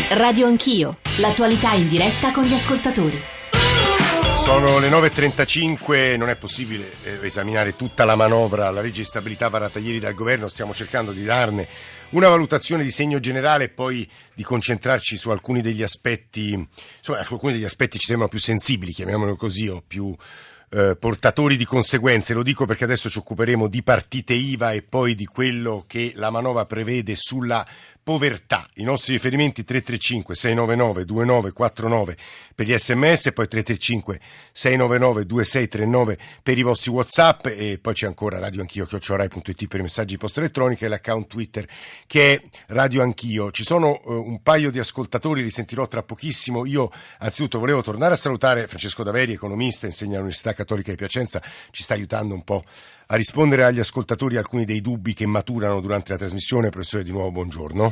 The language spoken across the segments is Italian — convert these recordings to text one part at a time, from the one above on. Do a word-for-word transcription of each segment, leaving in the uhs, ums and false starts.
Radio Anch'io, l'attualità in diretta con gli ascoltatori. Sono le nove e trentacinque, non è possibile eh, esaminare tutta la manovra, la legge di stabilità varata ieri dal governo, stiamo cercando di darne una valutazione di segno generale e poi di concentrarci su alcuni degli aspetti, insomma, su alcuni degli aspetti ci sembrano più sensibili, chiamiamolo così, o più eh, portatori di conseguenze. Lo dico perché adesso ci occuperemo di partite I V A e poi di quello che la manovra prevede sulla povertà. I nostri riferimenti tre tre cinque sei nove nove due nove quattro nove per gli sms, poi tre tre cinque sei nove nove due sei tre nove per i vostri WhatsApp, e poi c'è ancora Radio Anch'io chiocciola rai punto it per i messaggi di posta elettronica e l'account Twitter che è Radio Anch'io. Ci sono uh, un paio di ascoltatori, li sentirò tra pochissimo. Io anzitutto volevo tornare a salutare Francesco Daveri, economista, insegna all'Università Cattolica di Piacenza, ci sta aiutando un po' a rispondere agli ascoltatori alcuni dei dubbi che maturano durante la trasmissione. Professore, di nuovo buongiorno.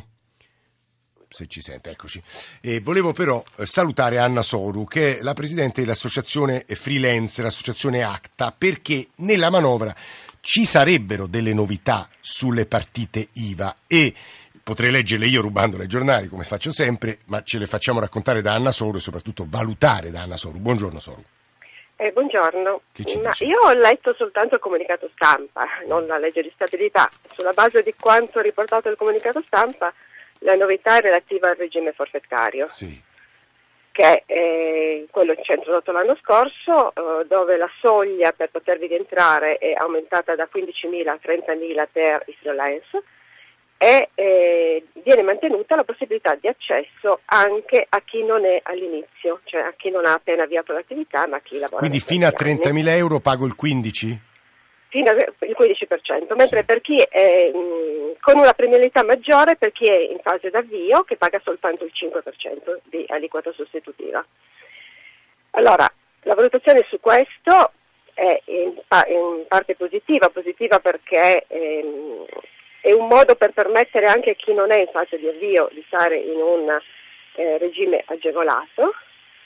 Se ci sente, eccoci. E volevo però salutare Anna Soru, che è la presidente dell'associazione freelance, l'associazione ACTA, perché nella manovra ci sarebbero delle novità sulle partite I V A e potrei leggerle io rubando ai giornali, come faccio sempre, ma ce le facciamo raccontare da Anna Soru e soprattutto valutare da Anna Soru. Buongiorno Soru. Eh, buongiorno, ma io ho letto soltanto il comunicato stampa, non la legge di stabilità. Sulla base di quanto riportato nel comunicato stampa, la novità è relativa al regime forfettario, sì, che è eh, quello che ci ha introdotto l'anno scorso, eh, dove la soglia per potervi rientrare è aumentata da quindicimila a trentamila per i freelance e eh, viene mantenuta la possibilità di accesso anche a chi non è all'inizio, cioè a chi non ha appena avviato l'attività, ma a chi lavora. Quindi fino a trentamila euro pago il quindici? Fino al quindici per cento, mentre sì, per chi è mh, con una premialità maggiore per chi è in fase d'avvio, che paga soltanto il cinque per cento di aliquota sostitutiva. Allora, la valutazione su questo è in, pa- in parte positiva, positiva perché ehm, è un modo per permettere anche a chi non è in fase di avvio di stare in un eh, regime agevolato.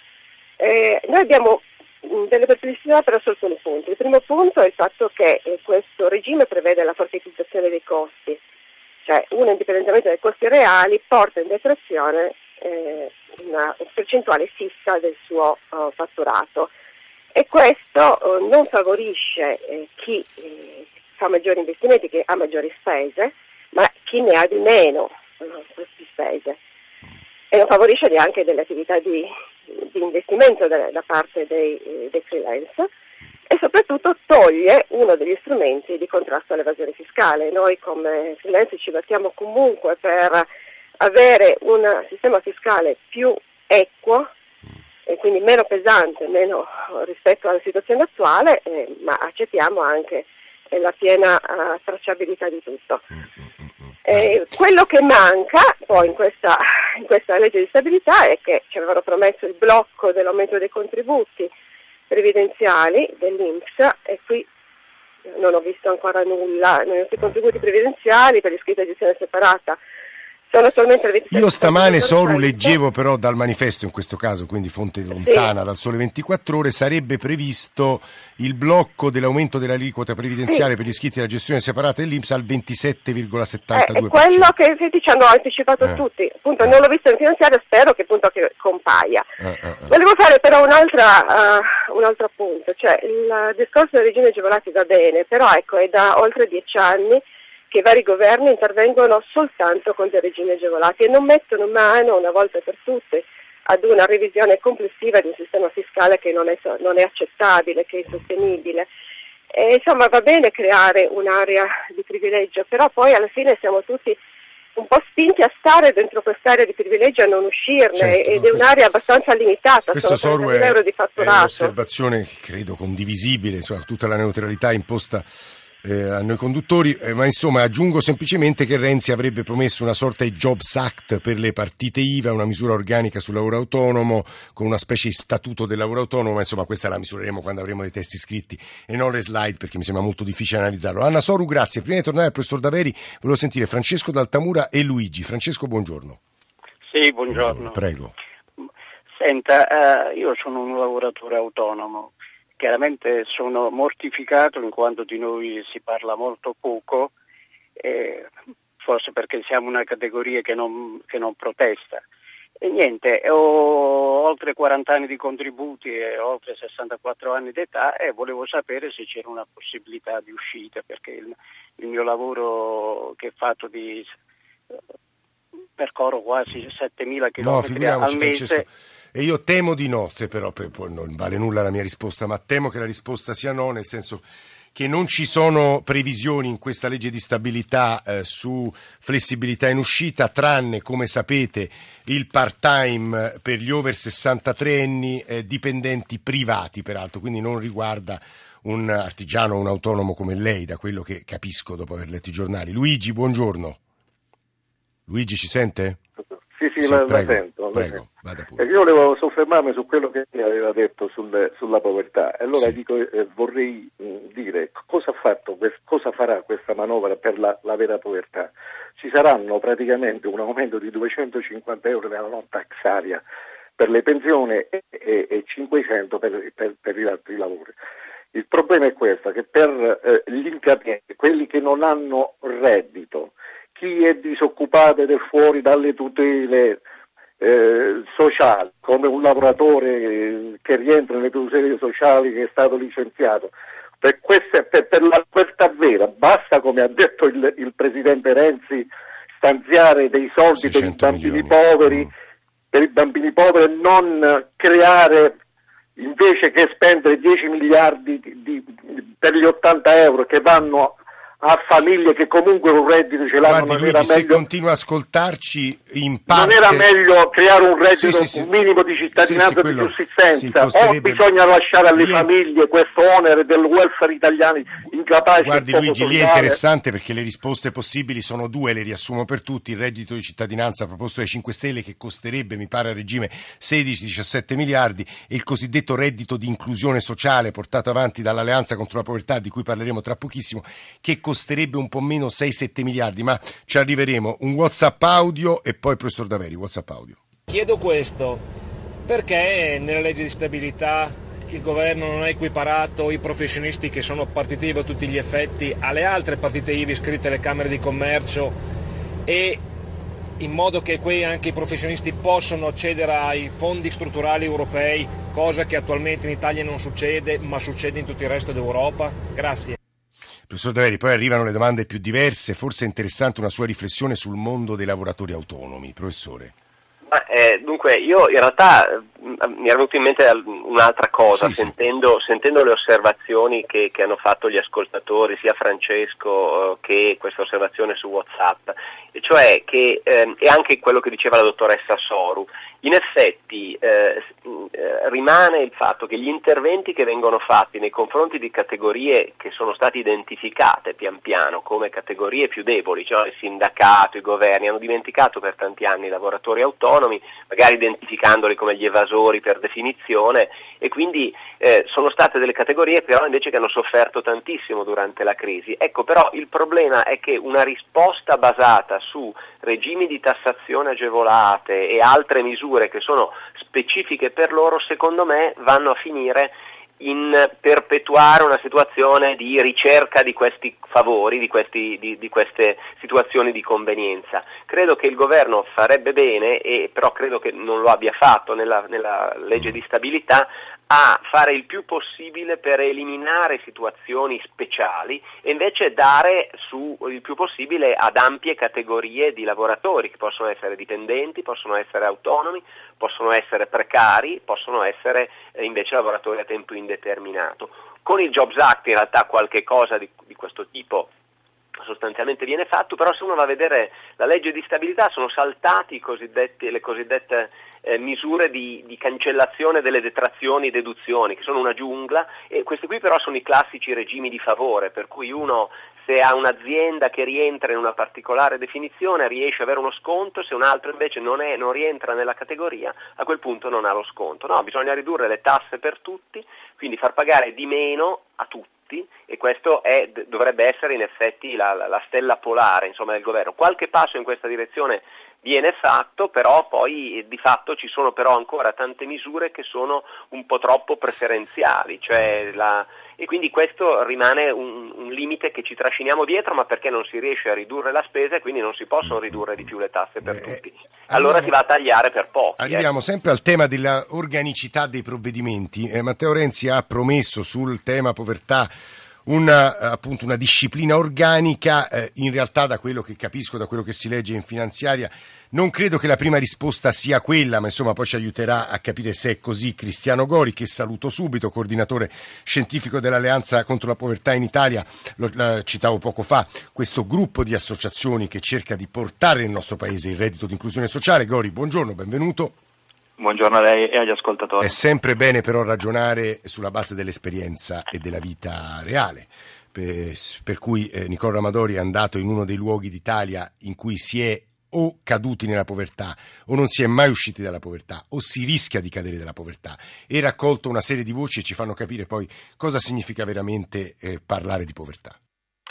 Eh, noi abbiamo delle perplessità però su alcuni punti. Il primo punto è il fatto che eh, questo regime prevede la forfettizzazione dei costi, cioè uno, indipendentemente dai costi reali, porta in detrazione eh, una percentuale fissa del suo uh, fatturato, e questo uh, non favorisce eh, chi eh, fa maggiori investimenti, che ha maggiori spese, ma chi ne ha di meno uh, queste spese, e non favorisce neanche delle attività di di investimento da, da parte dei, dei freelance, e soprattutto toglie uno degli strumenti di contrasto all'evasione fiscale. Noi come freelance ci battiamo comunque per avere un sistema fiscale più equo e quindi meno pesante, meno rispetto alla situazione attuale, eh, ma accettiamo anche eh, la piena uh, tracciabilità di tutto. Eh, quello che manca poi in questa, in questa legge di stabilità è che ci avevano promesso il blocco dell'aumento dei contributi previdenziali dell'I N P S, e qui non ho visto ancora nulla. I contributi previdenziali per l'iscritta a gestione separata sono attualmente al ventitré per cento. Io stamane, Soru, leggevo però dal manifesto, in questo caso, quindi fonte lontana, sì, dal Sole ventiquattro Ore, sarebbe previsto il blocco dell'aumento dell'aliquota previdenziale, sì, per gli iscritti alla gestione separata dell'I N P S al ventisette virgola settantadue per cento. È quello che infatti ci hanno anticipato eh. tutti, appunto, eh. non l'ho visto in finanziaria, spero che appunto che compaia. Eh, eh, eh. Volevo fare però un'altra, uh, un altro punto, cioè il discorso dei regimi agevolati va bene, però ecco, è da oltre dieci anni che vari governi intervengono soltanto con dei regimi agevolati e non mettono mano una volta per tutte ad una revisione complessiva di un sistema fiscale che non è, non è accettabile, che è insostenibile. E, insomma, va bene creare un'area di privilegio, però poi alla fine siamo tutti un po' spinti a stare dentro quest'area di privilegio e a non uscirne, certo, ed no, è un'area abbastanza limitata, questo sono trenta mila euro di fatturato. È un'osservazione credo condivisibile, insomma, tutta la neutralità imposta Eh, a noi conduttori, eh, ma insomma aggiungo semplicemente che Renzi avrebbe promesso una sorta di Jobs Act per le partite I V A, una misura organica sul lavoro autonomo con una specie di statuto del lavoro autonomo, ma insomma questa la misureremo quando avremo dei testi scritti e non le slide, perché mi sembra molto difficile analizzarlo. Anna Soru, grazie. Prima di tornare al professor Daveri volevo sentire Francesco d'Altamura e Luigi. Francesco, buongiorno. Sì, buongiorno. Prego. Senta, eh, io sono un lavoratore autonomo. Chiaramente sono mortificato in quanto di noi si parla molto poco, eh, forse perché siamo una categoria che non, che non protesta. E niente, ho oltre quaranta anni di contributi e oltre sessantaquattro anni d'età e volevo sapere se c'era una possibilità di uscita, perché il, il mio lavoro che è fatto di percorro quasi settemila chilometri no, al mese. Francesco. E io temo di no, però per, poi non vale nulla la mia risposta, ma temo che la risposta sia no, nel senso che non ci sono previsioni in questa legge di stabilità eh, su flessibilità in uscita, tranne, come sapete, il part-time per gli over sessantatré anni eh, dipendenti privati, peraltro, quindi non riguarda un artigiano o un autonomo come lei, da quello che capisco dopo aver letto i giornali. Luigi, buongiorno. Luigi, ci sente? Sì, sì, sì la, prego, la sento. Prego, vada pure. Io volevo soffermarmi su quello che mi aveva detto sul, sulla povertà. Allora sì. dico, eh, vorrei mh, dire cosa ha fatto, cosa farà questa manovra per la, la vera povertà. Ci saranno praticamente un aumento di duecentocinquanta euro nella non tax area per le pensioni e, e, e cinquecento per, per, per gli altri lavori. Il problema è questo, che per eh, gli incapienti, quelli che non hanno reddito, chi è disoccupato ed è fuori dalle tutele eh, sociali, come un lavoratore eh, che rientra nelle tutele sociali che è stato licenziato, per, queste, per, per la povertà vera basta, come ha detto il, il Presidente Renzi, stanziare dei soldi per i bambini milioni. poveri, mm. per i bambini poveri e non creare, invece che spendere dieci miliardi di, di, per gli ottanta euro che vanno a famiglie che comunque un reddito ce l'hanno. Guardi, non era Luigi, se meglio, continua a ascoltarci in parte... non era meglio creare un reddito, sì, sì, sì. un minimo di cittadinanza, sì, sì, quello, di sussistenza, sì, o bisogna lasciare alle lì... famiglie questo onere del welfare italiani incapaci? Guardi Luigi, solidale. Lì è interessante perché le risposte possibili sono due, le riassumo per tutti. Il reddito di cittadinanza proposto dai cinque Stelle, che costerebbe, mi pare a regime, sedici diciassette miliardi, e il cosiddetto reddito di inclusione sociale portato avanti dall'Alleanza contro la povertà, di cui parleremo tra pochissimo, che costerebbe un po' meno sei sette miliardi, ma ci arriveremo. Un WhatsApp audio e poi professor Daveri, WhatsApp audio. Chiedo questo, perché nella legge di stabilità il governo non ha equiparato i professionisti che sono partite I V A a tutti gli effetti alle altre partite I V A iscritte alle Camere di Commercio, e in modo che quei anche i professionisti possano accedere ai fondi strutturali europei, cosa che attualmente in Italia non succede, ma succede in tutto il resto d'Europa? Grazie. Professor Daveri, poi arrivano le domande più diverse, forse è interessante una sua riflessione sul mondo dei lavoratori autonomi, professore. Ma, eh, dunque, io in realtà eh, mi era venuto in mente un'altra cosa, sì, sentendo, sì. sentendo le osservazioni che, che hanno fatto gli ascoltatori, sia Francesco eh, che questa osservazione su WhatsApp, e cioè che, eh, e anche quello che diceva la dottoressa Soru, in effetti eh, rimane il fatto che gli interventi che vengono fatti nei confronti di categorie che sono state identificate pian piano come categorie più deboli, cioè il sindacato, i governi, hanno dimenticato per tanti anni i lavoratori autonomi, magari identificandoli come gli evasori per definizione, e quindi eh, sono state delle categorie però invece che hanno sofferto tantissimo durante la crisi. Ecco, però il problema è che una risposta basata su regimi di tassazione agevolate e altre misure che sono specifiche per loro, secondo me vanno a finire in perpetuare una situazione di ricerca di questi favori, di, questi, di, di queste situazioni di convenienza. Credo che il governo farebbe bene, e però credo che non lo abbia fatto nella, nella legge di stabilità, a fare il più possibile per eliminare situazioni speciali e invece dare su il più possibile ad ampie categorie di lavoratori, che possono essere dipendenti, possono essere autonomi, possono essere precari, possono essere eh, invece lavoratori a tempo indeterminato. Con il Jobs Act in realtà qualche cosa di, di questo tipo sostanzialmente viene fatto, però se uno va a vedere la legge di stabilità sono saltati i cosiddetti, le cosiddette eh, misure di, di cancellazione delle detrazioni e deduzioni, che sono una giungla, e questi qui però sono i classici regimi di favore, per cui uno, se ha un'azienda che rientra in una particolare definizione, riesce ad avere uno sconto, se un altro invece non, è, non rientra nella categoria, a quel punto non ha lo sconto. No, bisogna ridurre le tasse per tutti, quindi far pagare di meno a tutti, e questo è, dovrebbe essere in effetti la, la, la stella polare, insomma, del governo. Qualche passo in questa direzione viene fatto, però poi di fatto ci sono però ancora tante misure che sono un po' troppo preferenziali, cioè la, e quindi questo rimane un, un limite che ci trasciniamo dietro, ma perché non si riesce a ridurre la spesa e quindi non si possono ridurre di più le tasse per eh, tutti. Allora arriviamo, si va a tagliare per pochi. Arriviamo eh. sempre al tema della organicità dei provvedimenti. Eh, Matteo Renzi ha promesso sul tema povertà una, appunto, una disciplina organica. Eh, in realtà, da quello che capisco, da quello che si legge in finanziaria, non credo che la prima risposta sia quella, ma insomma poi ci aiuterà a capire se è così Cristiano Gori, che saluto subito, coordinatore scientifico dell'Alleanza contro la povertà in Italia. Lo lo citavo poco fa, questo gruppo di associazioni che cerca di portare nel nostro paese il reddito di inclusione sociale. Gori, buongiorno, benvenuto. Buongiorno a lei e agli ascoltatori. È sempre bene però ragionare sulla base dell'esperienza e della vita reale, per, per cui eh, Nicolò Ramadori è andato in uno dei luoghi d'Italia in cui si è o caduti nella povertà o non si è mai usciti dalla povertà o si rischia di cadere nella povertà, e raccolto una serie di voci e ci fanno capire poi cosa significa veramente eh, parlare di povertà.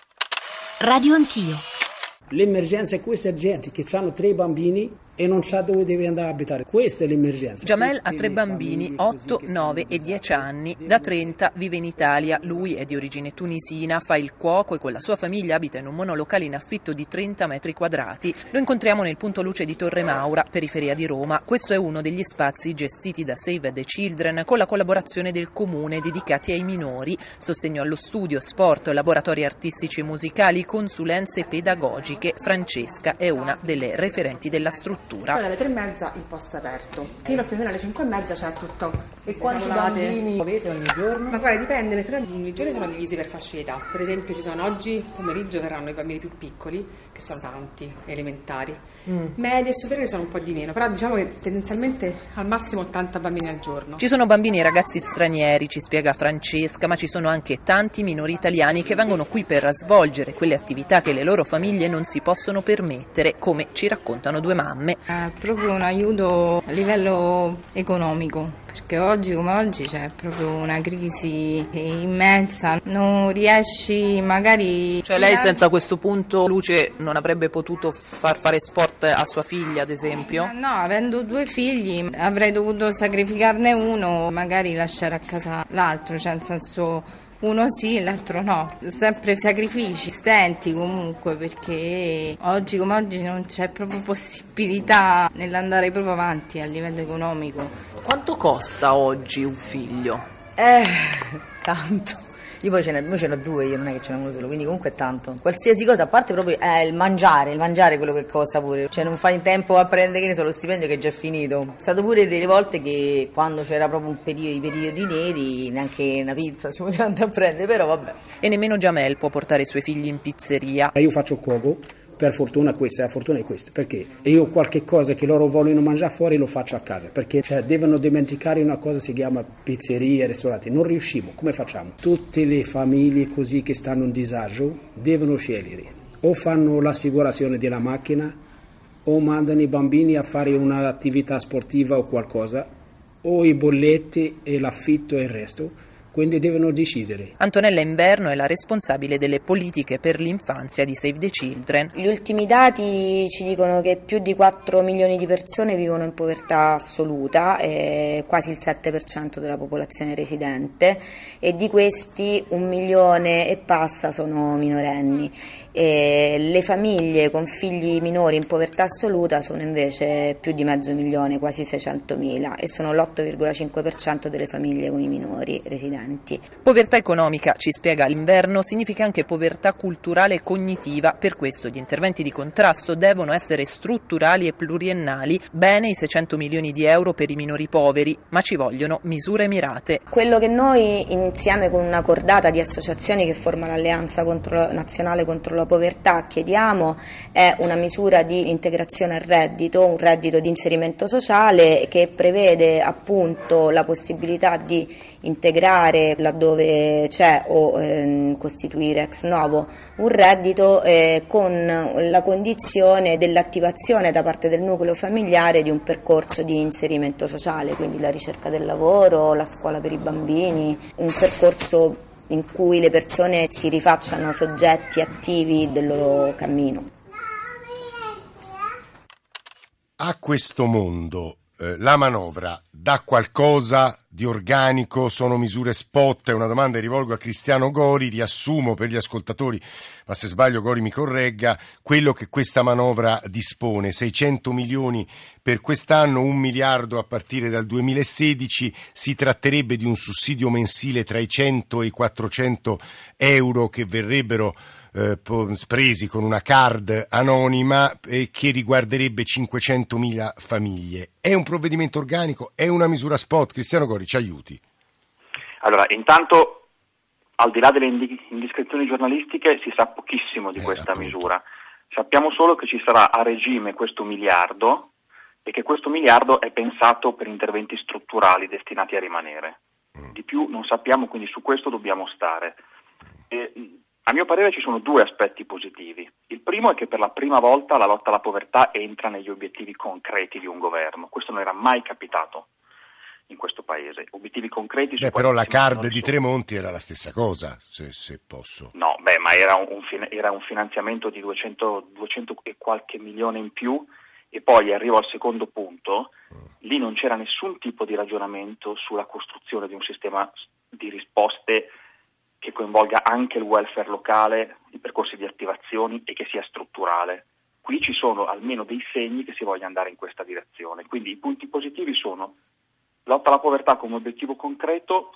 Radio Anch'io. L'emergenza è questa gente che hanno tre bambini e non sa dove deve andare a abitare. Questa è l'emergenza. Jamel ha tre bambini, otto, nove e dieci anni. Da trenta vive in Italia. Lui è di origine tunisina, fa il cuoco e con la sua famiglia abita in un monolocale in affitto di trenta metri quadrati. Lo incontriamo nel punto luce di Torre Maura, periferia di Roma. Questo è uno degli spazi gestiti da Save the Children con la collaborazione del comune, dedicati ai minori, sostegno allo studio, sport, laboratori artistici e musicali, consulenze pedagogiche. Francesca è una delle referenti della struttura. Poi dalle tre e mezza il posto aperto, fino a più o meno alle cinque e mezza c'è tutto. E quanti bambini avete ogni giorno? Ma guarda, dipende, perché ogni giorno sono divisi per fasce di età. Per esempio ci sono oggi pomeriggio verranno i bambini più piccoli, che sono tanti, elementari. Mm. Medie e superiori sono un po' di meno, però diciamo che tendenzialmente al massimo ottanta bambini al giorno. Ci sono bambini e ragazzi stranieri, ci spiega Francesca, ma ci sono anche tanti minori italiani che vengono qui per svolgere quelle attività che le loro famiglie non si possono permettere, come ci raccontano due mamme. È proprio un aiuto a livello economico, perché oggi come oggi c'è proprio una crisi immensa, non riesci magari... Cioè lei senza questo punto luce non avrebbe potuto far fare sport a sua figlia, ad esempio? No, avendo due figli avrei dovuto sacrificarne uno, magari lasciare a casa l'altro, cioè nel senso... Uno sì, l'altro no, sempre sacrifici, stenti comunque, perché oggi come oggi non c'è proprio possibilità nell'andare proprio avanti a livello economico. Quanto costa oggi un figlio? Eh, tanto. Io poi ce ne, ce ne ho due, io non è che ce ne ho uno solo, quindi comunque è tanto. Qualsiasi cosa, a parte proprio è il mangiare, il mangiare è quello che costa pure. Cioè non fai in tempo a prendere, che ne so, lo stipendio che è già finito. È stato pure delle volte che quando c'era proprio un periodo, i periodi neri, neanche una pizza si poteva andare a prendere, però vabbè. E nemmeno Jamel può portare i suoi figli in pizzeria. Io faccio cuoco. Per fortuna questa, la fortuna è questa, perché io qualche cosa che loro vogliono mangiare fuori lo faccio a casa, perché cioè, devono dimenticare una cosa che si chiama pizzeria, ristoranti, non riusciamo, come facciamo? Tutte le famiglie così che stanno in disagio devono scegliere, o fanno l'assicurazione della macchina, o mandano i bambini a fare un'attività sportiva o qualcosa, o i bolletti e l'affitto e il resto. Quindi devono decidere. Antonella Inverno è la responsabile delle politiche per l'infanzia di Save the Children. Gli ultimi dati ci dicono che più di quattro milioni di persone vivono in povertà assoluta, eh, quasi il sette per cento della popolazione residente, e di questi un milione e passa sono minorenni. E le famiglie con figli minori in povertà assoluta sono invece più di mezzo milione, quasi seicentomila, e sono l'otto virgola cinque per cento delle famiglie con i minori residenti. Povertà economica, ci spiega l'Inverno, significa anche povertà culturale e cognitiva. Per questo gli interventi di contrasto devono essere strutturali e pluriennali. Bene i seicento milioni di euro per i minori poveri, ma ci vogliono misure mirate. Quello che noi, insieme con una cordata di associazioni che forma l'Alleanza contro, Nazionale contro la Povertà, chiediamo è una misura di integrazione al reddito, un reddito di inserimento sociale che prevede appunto la possibilità di integrare laddove c'è o eh, costituire ex novo un reddito eh, con la condizione dell'attivazione da parte del nucleo familiare di un percorso di inserimento sociale, quindi la ricerca del lavoro, la scuola per i bambini, un percorso in cui le persone si rifacciano soggetti attivi del loro cammino. A questo mondo eh, la manovra dà qualcosa di organico, sono misure spot? È una domanda che rivolgo a Cristiano Gori. Riassumo per gli ascoltatori, ma se sbaglio Gori mi corregga, quello che questa manovra dispone: seicento milioni per quest'anno, un miliardo a partire dal duemilasedici. Si tratterebbe di un sussidio mensile tra i cento e i quattrocento euro che verrebbero eh, presi con una card anonima e che riguarderebbe cinquecentomila famiglie. È un provvedimento organico? È una misura spot? Cristiano Gori, ci aiuti. Allora, intanto, al di là delle indiscrezioni giornalistiche, si sa pochissimo di eh, questa appunto. misura. Sappiamo solo che ci sarà a regime questo miliardo e che questo miliardo è pensato per interventi strutturali destinati a rimanere. Mm. Di più non sappiamo, quindi su questo dobbiamo stare. E, a mio parere ci sono due aspetti positivi. Il primo è che per la prima volta la lotta alla povertà entra negli obiettivi concreti di un governo. Questo non era mai capitato in questo paese. Obiettivi concreti. Beh, però la card di Tremonti era la stessa cosa, se, se posso. No, beh, ma era un, era un finanziamento di duecento, duecento e qualche milione in più. E poi arrivo al secondo punto, lì non c'era nessun tipo di ragionamento sulla costruzione di un sistema di risposte che coinvolga anche il welfare locale, i percorsi di attivazioni e che sia strutturale. Qui ci sono almeno dei segni che si voglia andare in questa direzione. Quindi i punti positivi sono lotta alla povertà come obiettivo concreto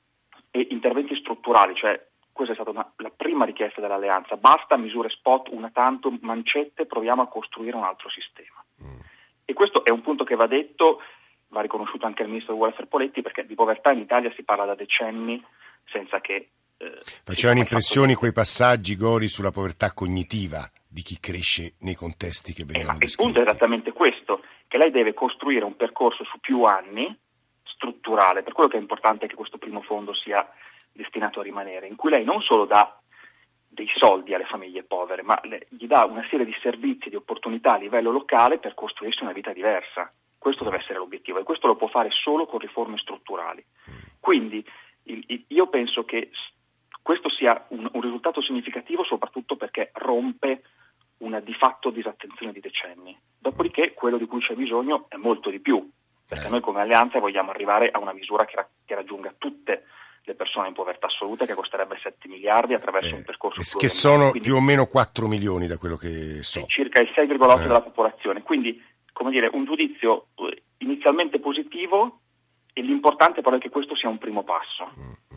e interventi strutturali, cioè questa è stata una, la prima richiesta dell'Alleanza: basta misure spot, una tanto, mancette, proviamo a costruire un altro sistema. Mm. E questo è un punto che va detto, va riconosciuto anche al ministro del welfare Poletti, perché di povertà in Italia si parla da decenni senza che... Eh, Facevano impressioni quei passaggi, Gori, sulla povertà cognitiva di chi cresce nei contesti che venivano eh, descritti. Il punto è esattamente questo, che lei deve costruire un percorso su più anni, strutturale, per quello che è importante che questo primo fondo sia destinato a rimanere, in cui lei non solo dà dei soldi alle famiglie povere, ma le, gli dà una serie di servizi, di opportunità a livello locale per costruirsi una vita diversa. Questo deve essere l'obiettivo e questo lo può fare solo con riforme strutturali. Quindi il, il, io penso che questo sia un, un risultato significativo soprattutto perché rompe una di fatto disattenzione di decenni. Dopodiché quello di cui c'è bisogno è molto di più, perché noi come Alleanza vogliamo arrivare a una misura che, ra- che raggiunga tutte le persone in povertà assoluta, che costerebbe sette miliardi attraverso eh, un percorso che sono quindi, più o meno quattro milioni da quello che so. Circa il sei virgola otto eh. della popolazione, quindi come dire un giudizio inizialmente positivo, e l'importante però è che questo sia un primo passo.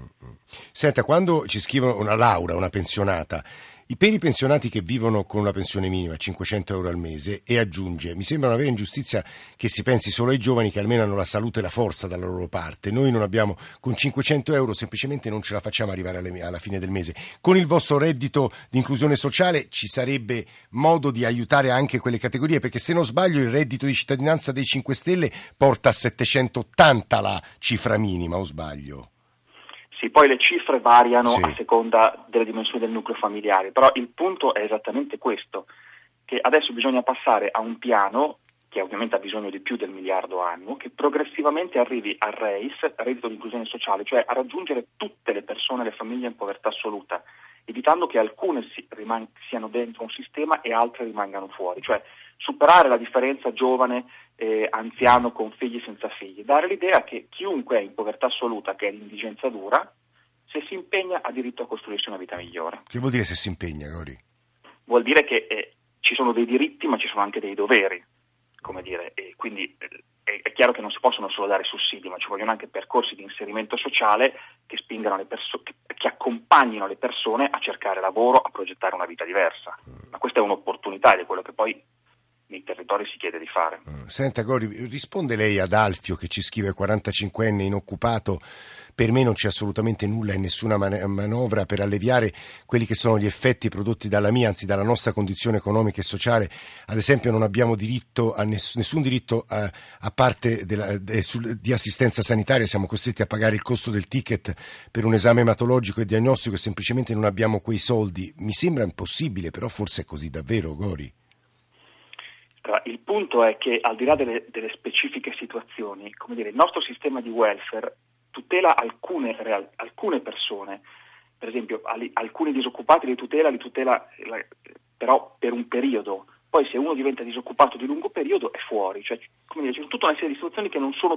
Senta, quando ci scrivono una Laura, una pensionata, i per i pensionati che vivono con una pensione minima, cinquecento euro al mese, e aggiunge: mi sembra una vera ingiustizia che si pensi solo ai giovani che almeno hanno la salute e la forza dalla loro parte. Noi non abbiamo, con cinquecento euro semplicemente non ce la facciamo arrivare alle, alla fine del mese. Con il vostro reddito di inclusione sociale ci sarebbe modo di aiutare anche quelle categorie, perché se non sbaglio il reddito di cittadinanza dei cinque Stelle porta a settecentottanta la cifra minima, o sbaglio? Sì, poi le cifre variano sì. a seconda delle dimensioni del nucleo familiare, però il punto è esattamente questo, che adesso bisogna passare a un piano, che ovviamente ha bisogno di più del miliardo annuo, che progressivamente arrivi al R E I S, reddito di inclusione sociale, cioè a raggiungere tutte le persone, le famiglie in povertà assoluta, evitando che alcune si, rimang- siano dentro un sistema e altre rimangano fuori, cioè superare la differenza giovane eh, anziano con figli senza figli, dare l'idea che chiunque è in povertà assoluta, che è l'indigenza dura, se si impegna ha diritto a costruirsi una vita migliore. Che vuol dire se si impegna, Gori? Vuol dire che eh, ci sono dei diritti ma ci sono anche dei doveri, come dire, e quindi eh, è chiaro che non si possono solo dare sussidi, ma ci vogliono anche percorsi di inserimento sociale che spingano le persone, che, che accompagnino le persone a cercare lavoro, a progettare una vita diversa. Ma questa è un'opportunità ed è quello che poi nei territori si chiede di fare. Senta Gori, risponde lei ad Alfio che ci scrive: quarantacinquenne inoccupato, per me non c'è assolutamente nulla e nessuna man- manovra per alleviare quelli che sono gli effetti prodotti dalla mia, anzi dalla nostra condizione economica e sociale. Ad esempio non abbiamo diritto a ness- nessun diritto a, a parte della, de, sul, di assistenza sanitaria, siamo costretti a pagare il costo del ticket per un esame ematologico e diagnostico e semplicemente non abbiamo quei soldi. Mi sembra impossibile, però forse è così davvero, Gori? Il punto è che al di là delle, delle specifiche situazioni, come dire, il nostro sistema di welfare tutela alcune, real, alcune persone, per esempio ali, alcuni disoccupati li tutela, li tutela però per un periodo, poi se uno diventa disoccupato di lungo periodo è fuori, cioè come dire, c'è tutta una serie di situazioni che non sono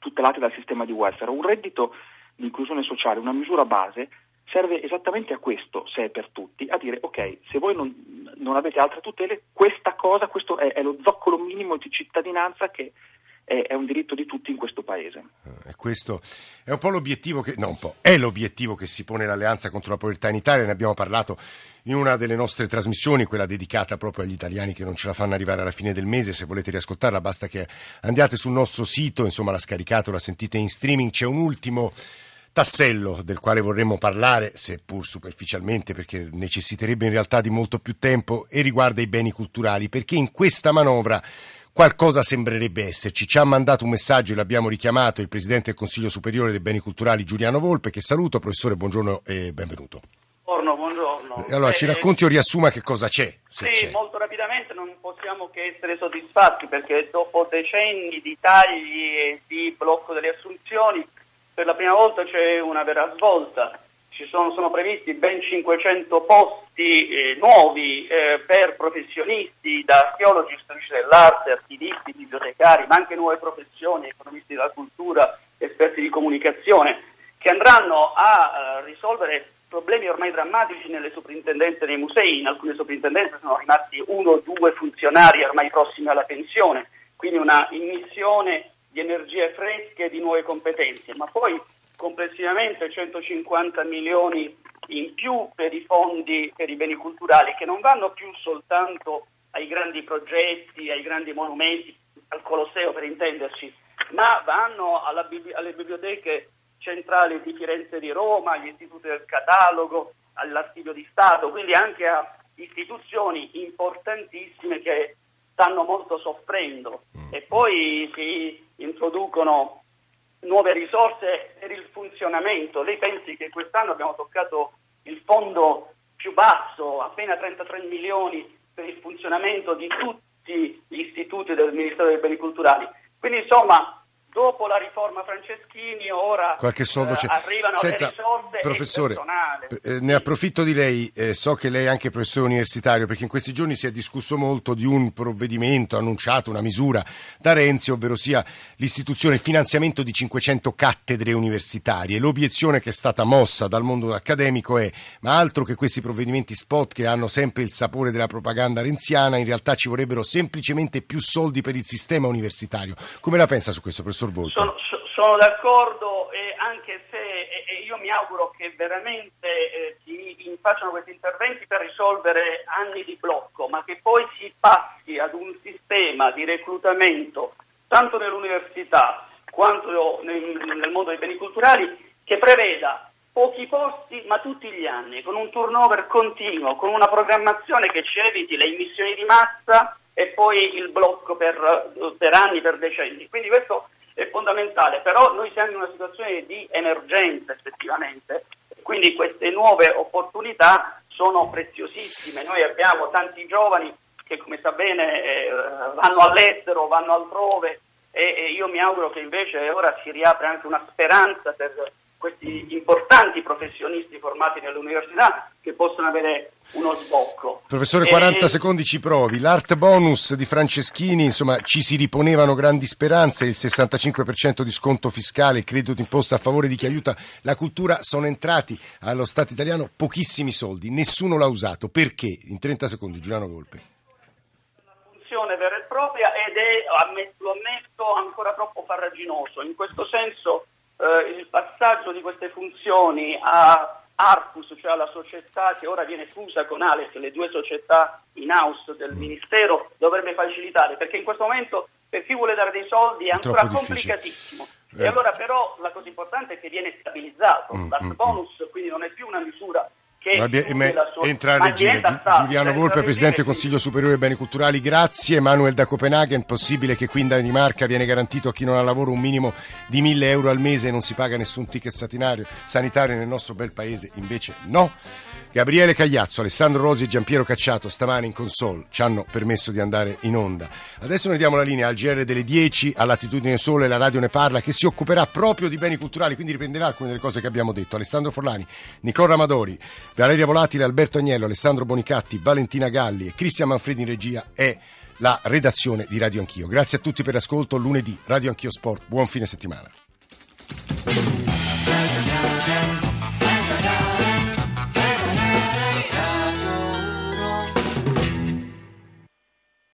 tutelate dal sistema di welfare. Un reddito di inclusione sociale, una misura base, serve esattamente a questo, se è per tutti, a dire ok, se voi non, non avete altre tutele, questa cosa, questo è, è lo zoccolo minimo di cittadinanza che è, è un diritto di tutti in questo paese. E questo è un po' l'obiettivo che, no un po', è l'obiettivo che si pone l'Alleanza contro la povertà in Italia, ne abbiamo parlato in una delle nostre trasmissioni, quella dedicata proprio agli italiani che non ce la fanno arrivare alla fine del mese. Se volete riascoltarla basta che andiate sul nostro sito, insomma la scaricate o la sentite in streaming. C'è un ultimo tassello del quale vorremmo parlare, seppur superficialmente, perché necessiterebbe in realtà di molto più tempo, e riguarda i beni culturali, perché in questa manovra qualcosa sembrerebbe esserci. Ci ha mandato un messaggio e l'abbiamo richiamato il Presidente del Consiglio Superiore dei Beni Culturali Giuliano Volpe, che saluto. Professore, buongiorno e benvenuto. Buongiorno, buongiorno. Allora, ci racconti o riassuma che cosa c'è? Se sì, c'è. Molto rapidamente. Non possiamo che essere soddisfatti, perché dopo decenni di tagli e di blocco delle assunzioni, per la prima volta c'è una vera svolta. Ci sono, sono previsti ben cinquecento posti eh, nuovi eh, per professionisti, da archeologi, storici dell'arte, archivisti, bibliotecari, ma anche nuove professioni, economisti della cultura, esperti di comunicazione, che andranno a uh, risolvere problemi ormai drammatici nelle soprintendenze dei musei. In alcune soprintendenze sono rimasti uno o due funzionari ormai prossimi alla pensione, quindi una immissione di energie fresche e di nuove competenze, ma poi complessivamente centocinquanta milioni in più per i fondi per i beni culturali, che non vanno più soltanto ai grandi progetti, ai grandi monumenti, al Colosseo per intenderci, ma vanno alla, alle biblioteche centrali di Firenze e di Roma, agli istituti del catalogo, all'Archivio di Stato, quindi anche a istituzioni importantissime che stanno molto soffrendo. E poi si introducono nuove risorse per il funzionamento. Lei pensi che quest'anno abbiamo toccato il fondo più basso, appena trentatré milioni per il funzionamento di tutti gli istituti del Ministero dei Beni Culturali. Quindi insomma, dopo la riforma Franceschini ora qualche soldo c'è. Eh, arrivano Senta, le risorse professore, e il personale. Eh, ne approfitto di lei, eh, so che lei è anche professore universitario, perché in questi giorni si è discusso molto di un provvedimento annunciato, una misura da Renzi, ovvero sia l'istituzione, il finanziamento di cinquecento cattedre universitarie. L'obiezione che è stata mossa dal mondo accademico è: ma altro che questi provvedimenti spot che hanno sempre il sapore della propaganda renziana, in realtà ci vorrebbero semplicemente più soldi per il sistema universitario. Come la pensa su questo, professor Volpe? Sono, sono d'accordo, e anche se e, e io mi auguro che veramente eh, si facciano questi interventi per risolvere anni di blocco, ma che poi si passi ad un sistema di reclutamento tanto nell'università quanto nel, nel mondo dei beni culturali, che preveda pochi posti ma tutti gli anni, con un turnover continuo, con una programmazione che ci eviti le immissioni di massa e poi il blocco per, per anni, per decenni. Quindi questo è fondamentale, però noi siamo in una situazione di emergenza effettivamente, quindi queste nuove opportunità sono preziosissime. Noi abbiamo tanti giovani che, come sa bene, eh, vanno all'estero, vanno altrove, e, e io mi auguro che invece ora si riapra anche una speranza per questi importanti professionisti formati nell'università, che possono avere uno sbocco. Professore, quaranta e... secondi ci provi. L'art bonus di Franceschini, insomma, ci si riponevano grandi speranze, il sessantacinque per cento di sconto fiscale, il credito d'imposta a favore di chi aiuta la cultura, sono entrati allo Stato italiano pochissimi soldi, nessuno l'ha usato. Perché? In trenta secondi, Giuliano Volpe. Una funzione vera e propria, ed è, lo ammetto, ancora troppo farraginoso. In questo senso eh, il passaggio di queste funzioni a Arcus, cioè alla società che ora viene fusa con Ales, le due società in house del Ministero, dovrebbe facilitare, perché in questo momento per chi vuole dare dei soldi è ancora complicatissimo. Eh. E allora però la cosa importante è che viene stabilizzato, mm, l'art mm, bonus quindi non è più una misura che sua... entra a regime. Giuliano Volpe, Presidente del Consiglio Superiore dei Beni Culturali, grazie. Manuel da Copenaghen: possibile che qui in Danimarca viene garantito a chi non ha lavoro un minimo di mille euro al mese e non si paga nessun ticket sanitario, sanitario nel nostro bel paese? Invece no. Gabriele Cagliazzo, Alessandro Rosi e Giampiero Cacciato stamane in console ci hanno permesso di andare in onda. Adesso noi diamo la linea al G R delle dieci, a Latitudine Sole, la radio ne parla, che si occuperà proprio di beni culturali, quindi riprenderà alcune delle cose che abbiamo detto. Alessandro Forlani, Nicola Ramadori, Valeria Volatile, Alberto Agnello, Alessandro Bonicatti, Valentina Galli e Cristian Manfredi in regia. È la redazione di Radio Anch'io. Grazie a tutti per l'ascolto. Lunedì Radio Anch'io Sport. Buon fine settimana.